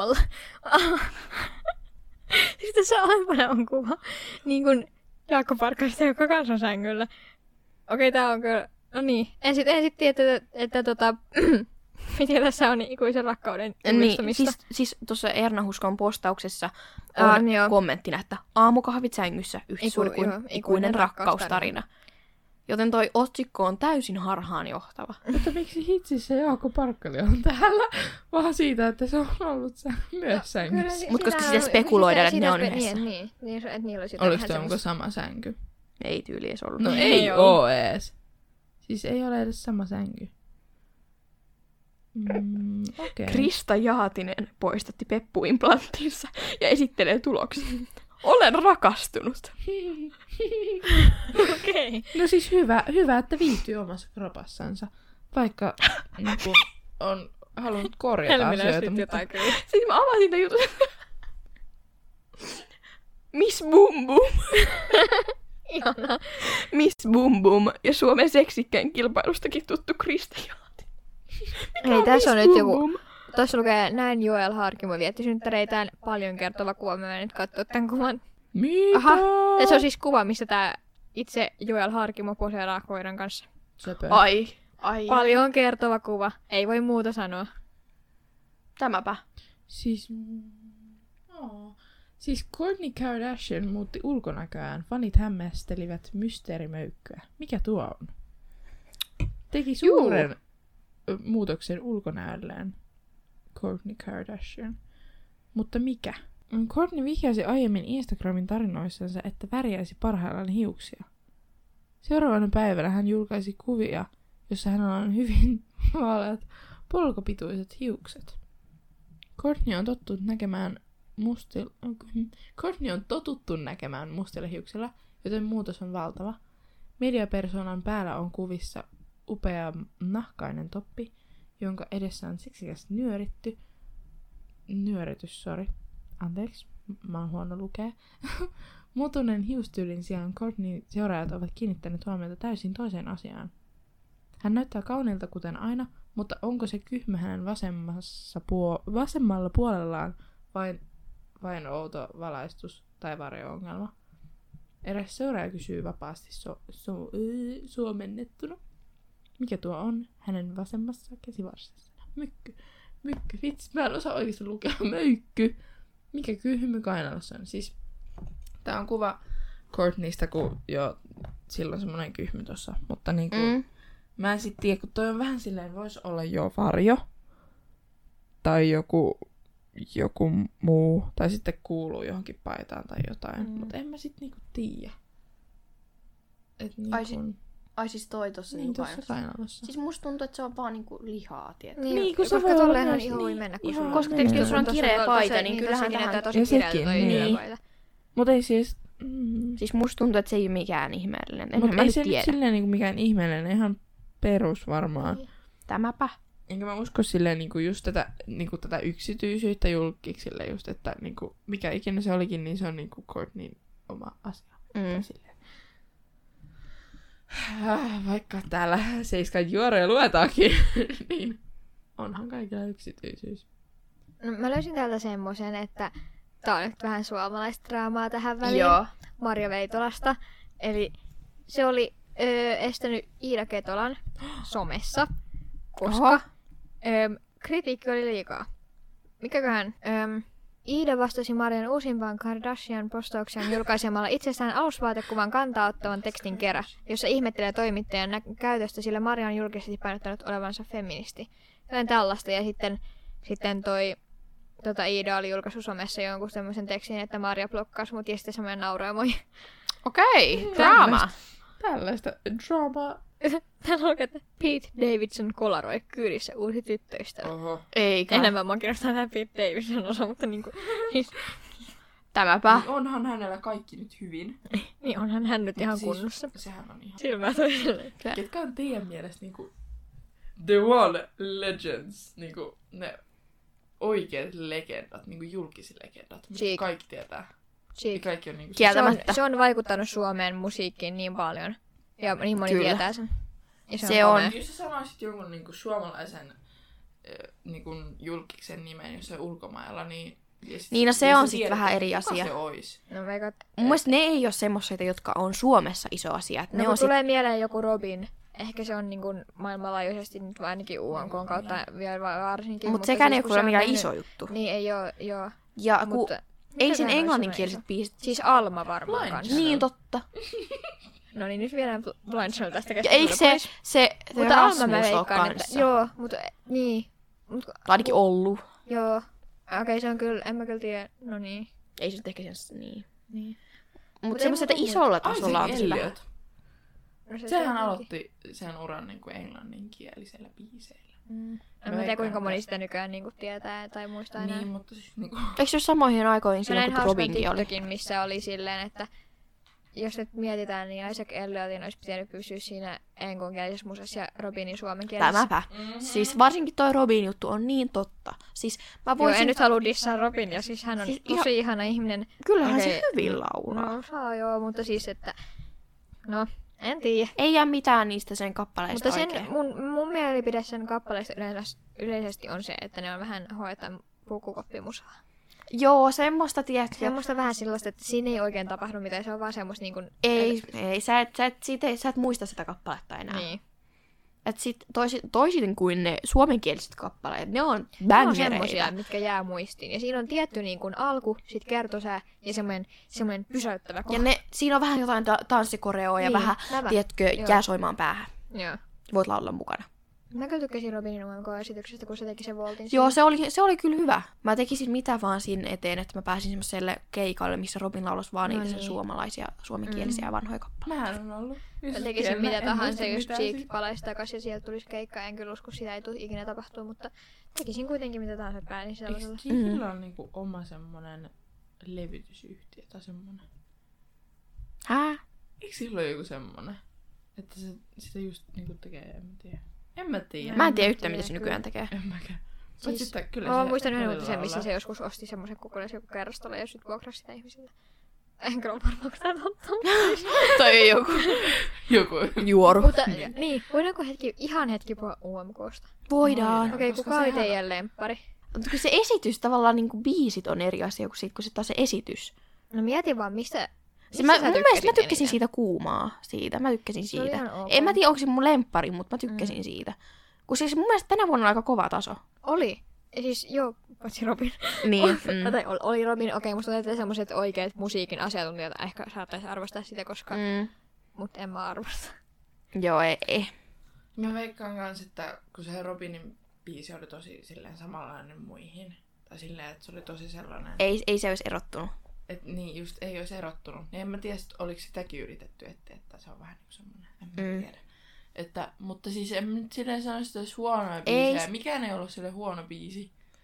Sitten tässä alemmalla on kuva. Niin kuin Jaakko Parkkaista, joka kanssa on sängyllä. Okei, tää on kyllä... No niin. En sit tiedä, että miten tässä on ikuisen rakkauden julistamista. Niin, siis tuossa Erna Huskon postauksessa Joo. on kommenttina, että aamukahvit sängyssä yhtä suuri kuin joo, ikuinen rakkaustarina. Joten toi otsikko on täysin harhaanjohtava. Mutta miksi hitsissä Jaakko Parkkali on täällä? Vaan siitä, että se on ollut myös sängyssä. Mut koska sitä spekuloidaan, että ne on yhdessä. Niin, että niillä olisi jotain Oliko vähän tuo muka semmoista. sama sänky? Ei tyyli edes ollut. No Ei ei oo. oo ees. Siis ei ole edes sama sänky. Okei. Krista Jaatinen poistatti peppuimplanttinsa ja esittelee tuloksen. Olen rakastunut. Okei. No siis hyvä, että viihtyy omassa kropassansa. Vaikka niin kun, on halunnut korjata asioita. Mutta... jotain kyllä. Sitten mä avasin tämän jutun. Miss Boom Boom. Ihanaa. Miss Boom Boom ja Suomen seksikkäin kilpailustakin tuttu Krista Jaatinen. Hei, tässä on Miss nyt Boom joku... Boom? Tuossa lukee, näin Joel Harkimo vietti synttäreitään, paljon kertova kuva. Mä menen nyt katsoa tämän kuvan. Mitä? Aha, tässä on siis kuva, missä tää itse Joel Harkimo poseeraa koiran kanssa. Söpö. Ai. Paljon kertova kuva. Ei voi muuta sanoa. Tämäpä. Siis... Siis Kourtney Kardashian muutti ulkonäköään. Fanit hämmästelivät mysteerimöykkyä. Mikä tuo on? Teki suuren muutoksen ulkonäölleen Kourtney Kardashian. Mutta mikä? Kourtney vihjasi aiemmin Instagramin tarinoissansa, että värjäisi parhaillaan hiuksia. Seuraavana päivänä hän julkaisi kuvia, jossa hänellä on hyvin vaaleat polkopituiset hiukset. Kourtney on totuttu näkemään mustilla hiuksilla, joten muutos on valtava. Mediapersonan päällä on kuvissa upea nahkainen toppi, jonka edessä on seksikäs Anteeksi, mä oon huono lukea. Muotoinen hiustyylin sijaan Kourtneyn seuraajat ovat kiinnittäneet huomiota täysin toiseen asiaan. Hän näyttää kauniilta kuten aina, mutta onko se kyhmä hänen vasemmalla puolellaan vain outo valaistus tai varjo-ongelma? Eräs seuraaja kysyy vapaasti suomennettuna. Mikä tuo on hänen vasemmassa käsivarsissa? Mykky. Vitsi, mä en osaa oikeasti lukea. Möykky. Mikä kyhmy kainalossa on? Siis tää on kuva Kourtneysta, kun jo silloin semmonen kyhmy tossa. Mutta niinku, mä en sit tiedä, kun toi on vähän silleen, vois olla jo varjo. Tai joku muu. Tai sitten kuuluu johonkin paitaan tai jotain. Mutta en mä sit niinku tiedä. Et niinku... Ai siis toi tossa Niin, tossa kainalossa. Siis musta tuntuu, että se on vaan niinku lihaa, tietää. Niin, kun se koska voi olla tolleenhan myös iho voi niin. mennä, kun Ihan sulla koska tietysti jos sulla on kireä paita, niin niin kyllähän tähän... tähän... tosi Ja kireältä sekin, toi niin. yläpaita. Mutta ei siis Siis musta tuntuu, että se ei ole mikään ihmeellinen. Mutta ei se tiedä. nyt silleen niinku mikään ihmeellinen, ihan perus varmaan. Tämäpä. Enkä mä usko silleen niinku just tätä yksityisyyttä julkiksille just, että niinku mikä ikinä se olikin, niin se on niinku Courtneyn oma asia. Silleen. Vaikka täällä Seiskan juoreja luetaankin, niin onhan kaikilla yksityisyys. No, mä löysin täältä semmoisen, että tää on nyt vähän suomalaista draamaa tähän väliin. Joo. Marja Veitolasta. Eli se oli estänyt Iida Ketolan somessa, koska kritiikki oli liikaa. Mikäköhän? Iida vastasi Marjan uusimpaan Kardashian-postaukseen julkaisemalla itsestään alusvaatekuvan kantaa ottavan tekstin kerran, jossa ihmettelee toimittajan käytöstä, sillä Marja on julkisesti painottanut olevansa feministi. Joten tällaista, ja sitten Iida oli julkaissut somessa jonkun semmoisen tekstin, että Marja blokkasi mut, ja sitten semmoinen nauroimoi. Okei, draama. Tällaista draamaa. Täällä on, että Pete Davidson kolaroi kyydissä uusi tyttöystävä. Oho. Eikä. Enemmän mä kiinnostaa tämä Pete Davidson osa, mutta niinku... Tämäpä. Niin onhan hänellä kaikki nyt hyvin. niin onhan hän nyt ihan Siis kunnossa. Sehän on ihan... Silmää toiselle. Ketkä on teidän mielestä niinku The One Legends, niinku ne oikeat legendat, niinku julkislegendat, mistä Cheek. kaikki tietää. Ja kaikki on niinku... Kieltämättä. Se on vaikuttanut Suomeen musiikkiin niin paljon. Ja niin moni Kyllä. tietää sen. Ja Se on. komea. Jos sä sanoisit jonkun niinku suomalaisen niinku julkiksen nimen, jos se on ulkomailla, niin... Niin, no se on sit vähän eri asia. Kuka se ois? No vaikka... Mun mielestä ne ei ole semmoisia, jotka on Suomessa iso asia. Että No ne kun on tulee mieleen joku Robin. Ehkä se on niin kuin maailmanlaajuisesti nyt ainakin UNK:n kautta vielä varsinkin. Mutta sekään ei siis, ole kun kyllä se on mikään mennyt- iso juttu. Niin ei oo, joo. Ja kun Mutta ei mikä sen täällä olisi englanninkieliset semmoinen biisit. iso? Siis Alma varmaan Blind kanssa. Niin totta. No niin, nyt viedään Blind Shell tästä Ja keskustelua eikö se pois. Mutta Alma mä Rasmus ole veikkaan, että... kanssa? Joo, mutta niin. Mut, Tai ainakin ollut. joo. Okei, se on kyllä, en mä kyllä tiedä. No niin. Ei se nyt ehkä sen niin. Niin. Mutta ei semmoiset, että muuta isolla tasolla on Isaac tosi vähän. Elliot. No se Sehän tietenkin. aloitti sen uran niinku englanninkielisellä biiseillä. En mä tiedä, kuinka moni sitä nykyään niinku tietää tai muistaa enää. Niin, mutta siis niinku... Eikö se ole samoihin aikoihin Mä silloin, näin kun hauskan Robinkin oli? TikTokin, missä oli silleen, että jos nyt mietitään, niin Isaac Elliotin olisi pitänyt pysyä siinä englanninkielisessä musassa ja Robinin suomenkielisessä. Tämäpä. Siis varsinkin toi Robin juttu on niin totta. Siis mä Joo, voisin... en nyt halua dissaa Robinia, siis hän on Siis tosi ihana ihminen. Kyllähän Okei. se hyvin lauraa. No saa joo, mutta siis että... No, en tiedä. Ei jää mitään niistä sen kappaleista Mutta oikein. mun mielipide sen kappaleista yleisesti on se, että ne on vähän hoetaan pukukoppimusaa. Joo, semmoista tiedätkö. Semmoista vähän sellaista, että siinä ei oikein tapahdu mitään, se on vaan semmoista niin kuin... Ei, sä et muista sitä kappaletta enää. Niin. Et sit toisin kuin ne suomenkieliset kappaleet, ne on Ne on bangereita. semmosia, mitkä jää muistiin. Ja siinä on tietty niin kuin alku, sit kertosää ja semmoinen pysäyttävä kohta. Ja siinä on vähän jotain tanssikoreoa ja Niin, vähän, nämä. tiedätkö, Joo. jää soimaan päähän. Joo. Voit laulaa mukana. Mä kyllä tykkäsin Robinin UMK-esityksestä, kun se teki sen voltin. Joo, se oli kyllä hyvä. Mä tekisin mitä vaan sinne eteen, että mä pääsin semmoiselle keikalle, missä Robin laulasi vaan niitä sen suomalaisia, suomenkielisiä vanhoja kappaleita. Mähän on ollut. Mä tekisin mitä tahansa, jos Cheek palaisi takaisin ja sieltä tulisi keikka. En kyllä usko, sitä ei tule ikinä tapahtua, mutta tekisin kuitenkin mitä tahansa pääsin sellaisella. Eikö Cheekillä on niinku oma semmonen levytysyhtiö tai semmonen? Hää? Eikö sillä ole joku semmonen? Että se sitä just niinku tekee, en mä tiedä. En mä tiedä. Mä en tiedä en yhtään, mitä tiedä, se nykyään tekee. En mäkään. Mut Siis, sitten kyllä mä se muistan yhden välillä uutisen, missä laulaa. se joskus osti semmoisen kokonaisen joku kerrostolle ja sitten vuokrasi sitä ihmisille. Enkä ole varmaan, kun tää on totta. Tai joku Joku. juoru. Mutta niin, voidaanko ihan hetki puhua UMKsta? Voidaan. Okei, koska kuka oli sehän- teidän lemppari? Mutta kun se esitys, tavallaan niinku biisit on eri asia kuin sit, kun se taas se esitys. No mietin vaan, mistä Mun mielestä mä tykkäsin eniten? siitä kuumaa. Mä tykkäsin Se oli siitä. ihan ok. En mä tiedä, onko se mun lemppari, mutta mä tykkäsin siitä. Kun siis mun mielestä tänä vuonna on aika kova taso. Oli. Ja siis joo, paitsi Robin. Niin. Tai oli Robin, okei, musta tuntuu, että semmoiset oikeat musiikin asiantuntijat ehkä saattaisi arvostaa sitä, koska... Mutta en mä arvosta. Joo, ei. Mä veikkaan kans, että kun se Robinin biisi oli tosi silleen samanlainen muihin. Tai silleen, että se oli tosi sellainen. Ei se olisi erottunut. Että niin, just ei olisi erottunut. Niin en mä tiedä, oliko sitäkin yritetty, että se on vähän niin semmoinen. En mä tiedä. Mutta siis en nyt silleen sano, että se olisi huonoja biisejä. Mikään ei ollut sille huono biisi.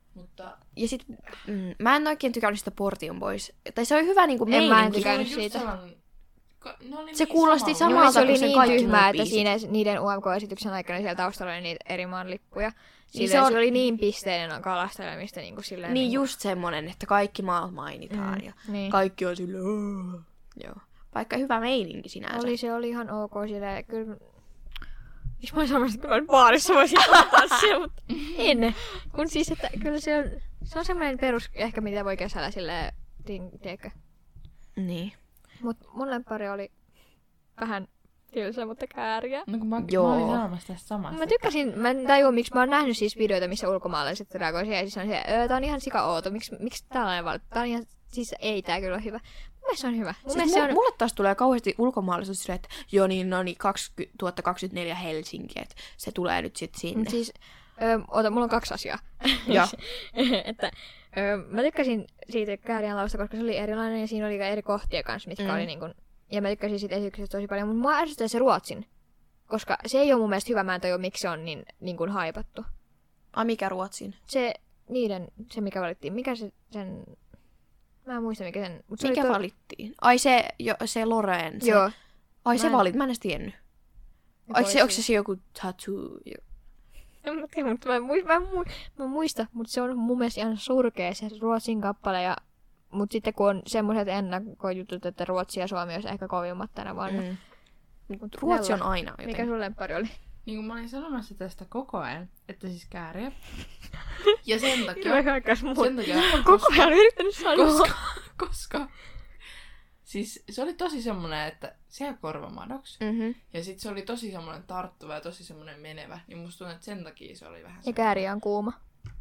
Mutta Ja sit mä en oikein tykännyt sitä Portion Boys. Tai se oli hyvä niinku En mä en meininki. tykännyt se oli just siitä. sellainen- Se kuulosti Joo, samalta se oli kuin se niin kaikki tyhmää, muut että biisit. siinä niiden UMK-esityksen aikana siellä taustalla oli niitä eri maan lippuja. Niin Se oli niin pisteinen kalastelemista niin kuin silleen. Niin just semmonen, että kaikki maat mainitaan ja niin. kaikki on silleen. Joo. Vaikka hyvä meininki sinänsä. Se oli ihan ok silleen. Kyllä. Miksi mä olin sanomassa, että kyllä baarissa voisin ottaa se, mutta en. Kun siis, että kyllä se on semmoinen perus, ehkä mitä voi kesällä silleen, tiedätkö. Niin. Mut mun lemppari oli vähän tylsä, mutta kääriä. No kun mä Joo. olin sanomassa tästä samasta. Mä tykkäsin, mä en tajua miksi mä oon nähnyt siis videoita, missä ulkomaalaiset reagoi siihen, ja siis on se, tää on ihan sika outo, miksi tällainen valittu? Tää on ihan, siis ei tää kyllä ole hyvä. Mun mielestä se on hyvä. Mun Siis mielestä se on, mulle taas tulee kauheasti ulkomaalaisuus silleen, että joo niin, no niin 2024 Helsinki, että se tulee nyt sit sinne. mut siis, mulla on 2 asiaa. Ja. että, mä tykkäsin siitä Kääriän lausta, koska se oli erilainen, ja siinä oli eri kohtia kanssa, mitkä oli niin kun, ja mä tykkäsin siitä esityksestä tosi paljon, mutta mua ärsyttää se ruotsin. Koska se ei ole mun mielestä hyvä, mä en tajua, miksi se on niin kuin haipattu. Ai mikä Ruotsin? Se mikä valittiin, mikä sen... Mä en muista, mikä sen... Mut se Mikä oli valittiin? Ai se Loreen. Se... Joo. Ai se Mä en- valit, mä en edes tiennyt. Onko se joku tattoo? En mä tiedä, mutta mä muista, mutta se on mun mielestä ihan surkea se Ruotsin kappale. Mutta sitten kun on semmoiset ennakkojutut, että Ruotsi ja Suomi olisi ehkä kovimmat tänä vuonna. Mut Ruotsi on Nella, aina joten. mikä sun lemppari oli? Niin kuin mä olin sanomassa tästä koko ajan, että siis Kääriä. Ja sen takia... Kyllä kaikkas muu. Sen takia... Mä oon koko ajan yrittänyt sanoa. Koska... Siis se oli tosi semmonen, että se on korvamadoks. Ja sit se oli tosi semmonen tarttuva ja tosi semmonen menevä. Niin musta tuntuu, että sen takia se oli vähän Ja semmonen. Kääriä on kuuma.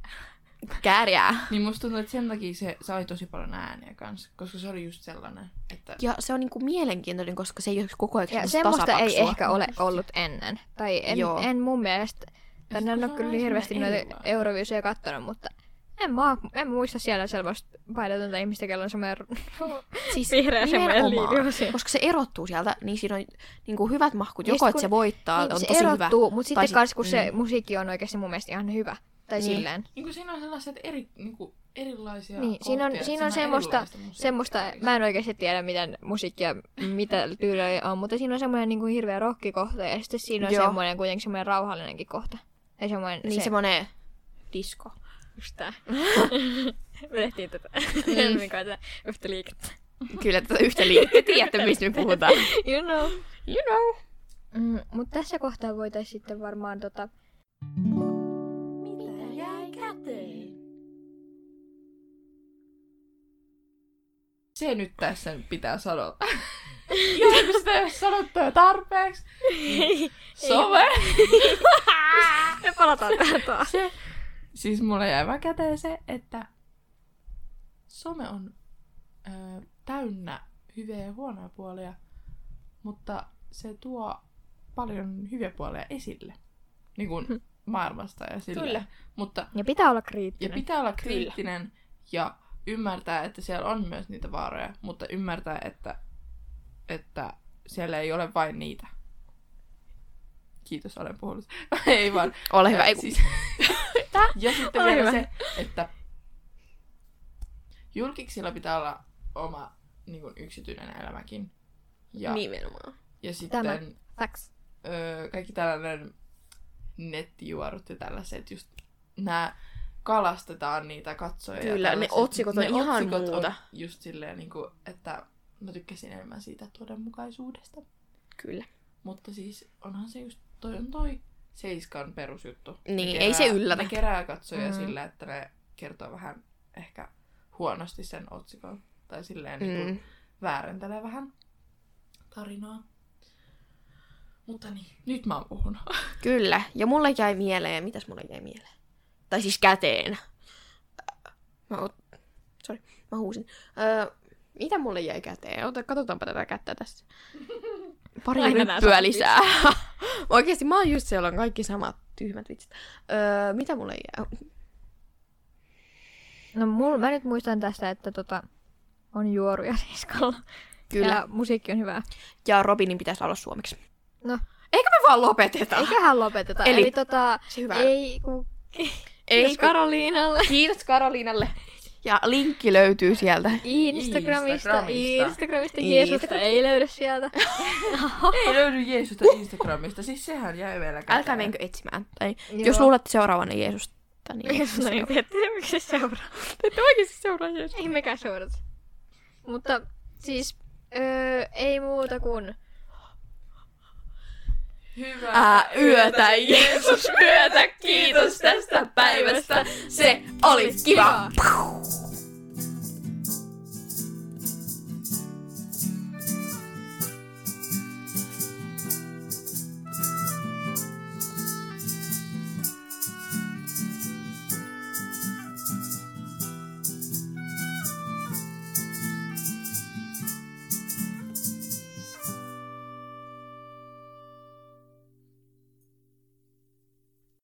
Kääriää. Niin musta tuntuu, että sen takia se sai tosi paljon ääniä kanssa. Koska se oli just sellainen, että... Ja se on niinku mielenkiintoinen, koska se ei ole koko ajan Ja semmoista semmoista ei tasapaksua. ehkä ole ollut ennen. Tai Joo. en mun mielestä. Tänne en kun ole se on kyllä vähän hirveästi noita semmoinen erilainen. Euroviisuja kattonut, mutta en muista siellä sellaista paidatonta ihmistä, kello on semmoinen Siis vihreä semmoinen nimenomaan. liivi. Koska se erottuu sieltä, niin siinä on niinku hyvät mahkut. Ja Joko sit että se kun- voittaa, Niin, on se tosi hyvä. erottuu, mutta Tai sitten kans kun se mm. musiikki on oikeasti mun mielestä ihan hyvä. Tai Niin. silleen. Niin kuin siinä on sellaiset erilaisia Niin, siinä on kohtia, semmoista, mä en oikeasti tiedä miten musiikkia, mitä tyyliä on, mutta siinä on semmoinen niin kuin hirveä rockikohta ja sitten siinä on Joo. semmoinen kuitenkin semmoinen rauhallinenkin kohta. Ja semmoinen Niin semmonen disco. just tää. Me tehtiin tätä Helmin tätä yhtä liikettä. Kyllä tätä yhtä liikettä. Tiedätte, mistä me puhutaan. You know. You know. Mutta tässä kohtaa voitaisiin sitten varmaan Mitä jäi käteen? Se nyt tässä nyt pitää sanoa. Jos sitä ei ole sanottu jo tarpeeksi. Some. Me palataan tähän taas. Siis mulle jäi vaan käteen se, että some on täynnä hyviä ja huonoja puolia, mutta se tuo paljon hyviä puolia esille. Niin kuin maailmasta ja silleen. Kyllä. Mutta Ja pitää olla ja kriittinen. pitää olla kriittinen ja ymmärtää, että siellä on myös niitä vaaroja, mutta ymmärtää, että siellä ei ole vain niitä. Kiitos, olen puhunut. Ei vaan. Ole hyvä. Siis, ja sitten Ole vielä hyvä. se, että julkiksilla pitää olla oma niin kuin yksityinen elämäkin. Ja, Nimenomaan. ja sitten Tämä. Facts. kaikki tällainen nettijuorut ja tällaiset, just nämä kalastetaan niitä katsojia. ja Kyllä, ne tällaiset. otsikot on ihan otsikot muuta. On just silleen, niin kuin, että mä tykkäsin enemmän siitä todenmukaisuudesta. Kyllä. Mutta siis onhan se just, toi on toi Seiskan perusjuttu. Niin, ei se yllätä. Ne kerää katsojia sillä, että ne kertoo vähän ehkä huonosti sen otsikon. Tai silleen niin kuin väärentelee vähän tarinaa. Mutta niin, nyt mä oon puhunut. Kyllä. Ja mulle jäi mieleen, mitäs mulle jäi mieleen? Tai siis käteen. Mä huusin. Mitä mulle jäi käteen? Katsotaanpa tätä kättä tässä. Pari Aina nää ryppyä samat lisää. Oikeesti mä oon just siellä on kaikki samat tyhmät vitsit. Mitä mulle jäi? No mä nyt muistan tästä, että on juoruja Seiskalla. Kyllä. Ja musiikki on hyvää. Ja Robinin pitäisi laulaa suomeksi. No. Eikä me vaan lopeteta. Eiköhän lopeteta. Eli Eli se hyvä. Kiitos Karoliinalle. Kiitos Karoliinalle. Ja linkki löytyy sieltä. Instagramista. Jeesusta ei löydy sieltä. Ei löydy Jeesusta Instagramista, siis sehän jäi vielä käteen. Älkää menkö etsimään. Tai jos luulette seuraavana Jeesusta, niin... No niin, te ette oikeasti seuraa. Te ette oikeasti seuraa Jeesusta. Ei mekään seurata. Mutta siis ei muuta kuin... Hyvää yötä, Jeesus, yötä, kiitos tästä päivästä. Se oli kiva.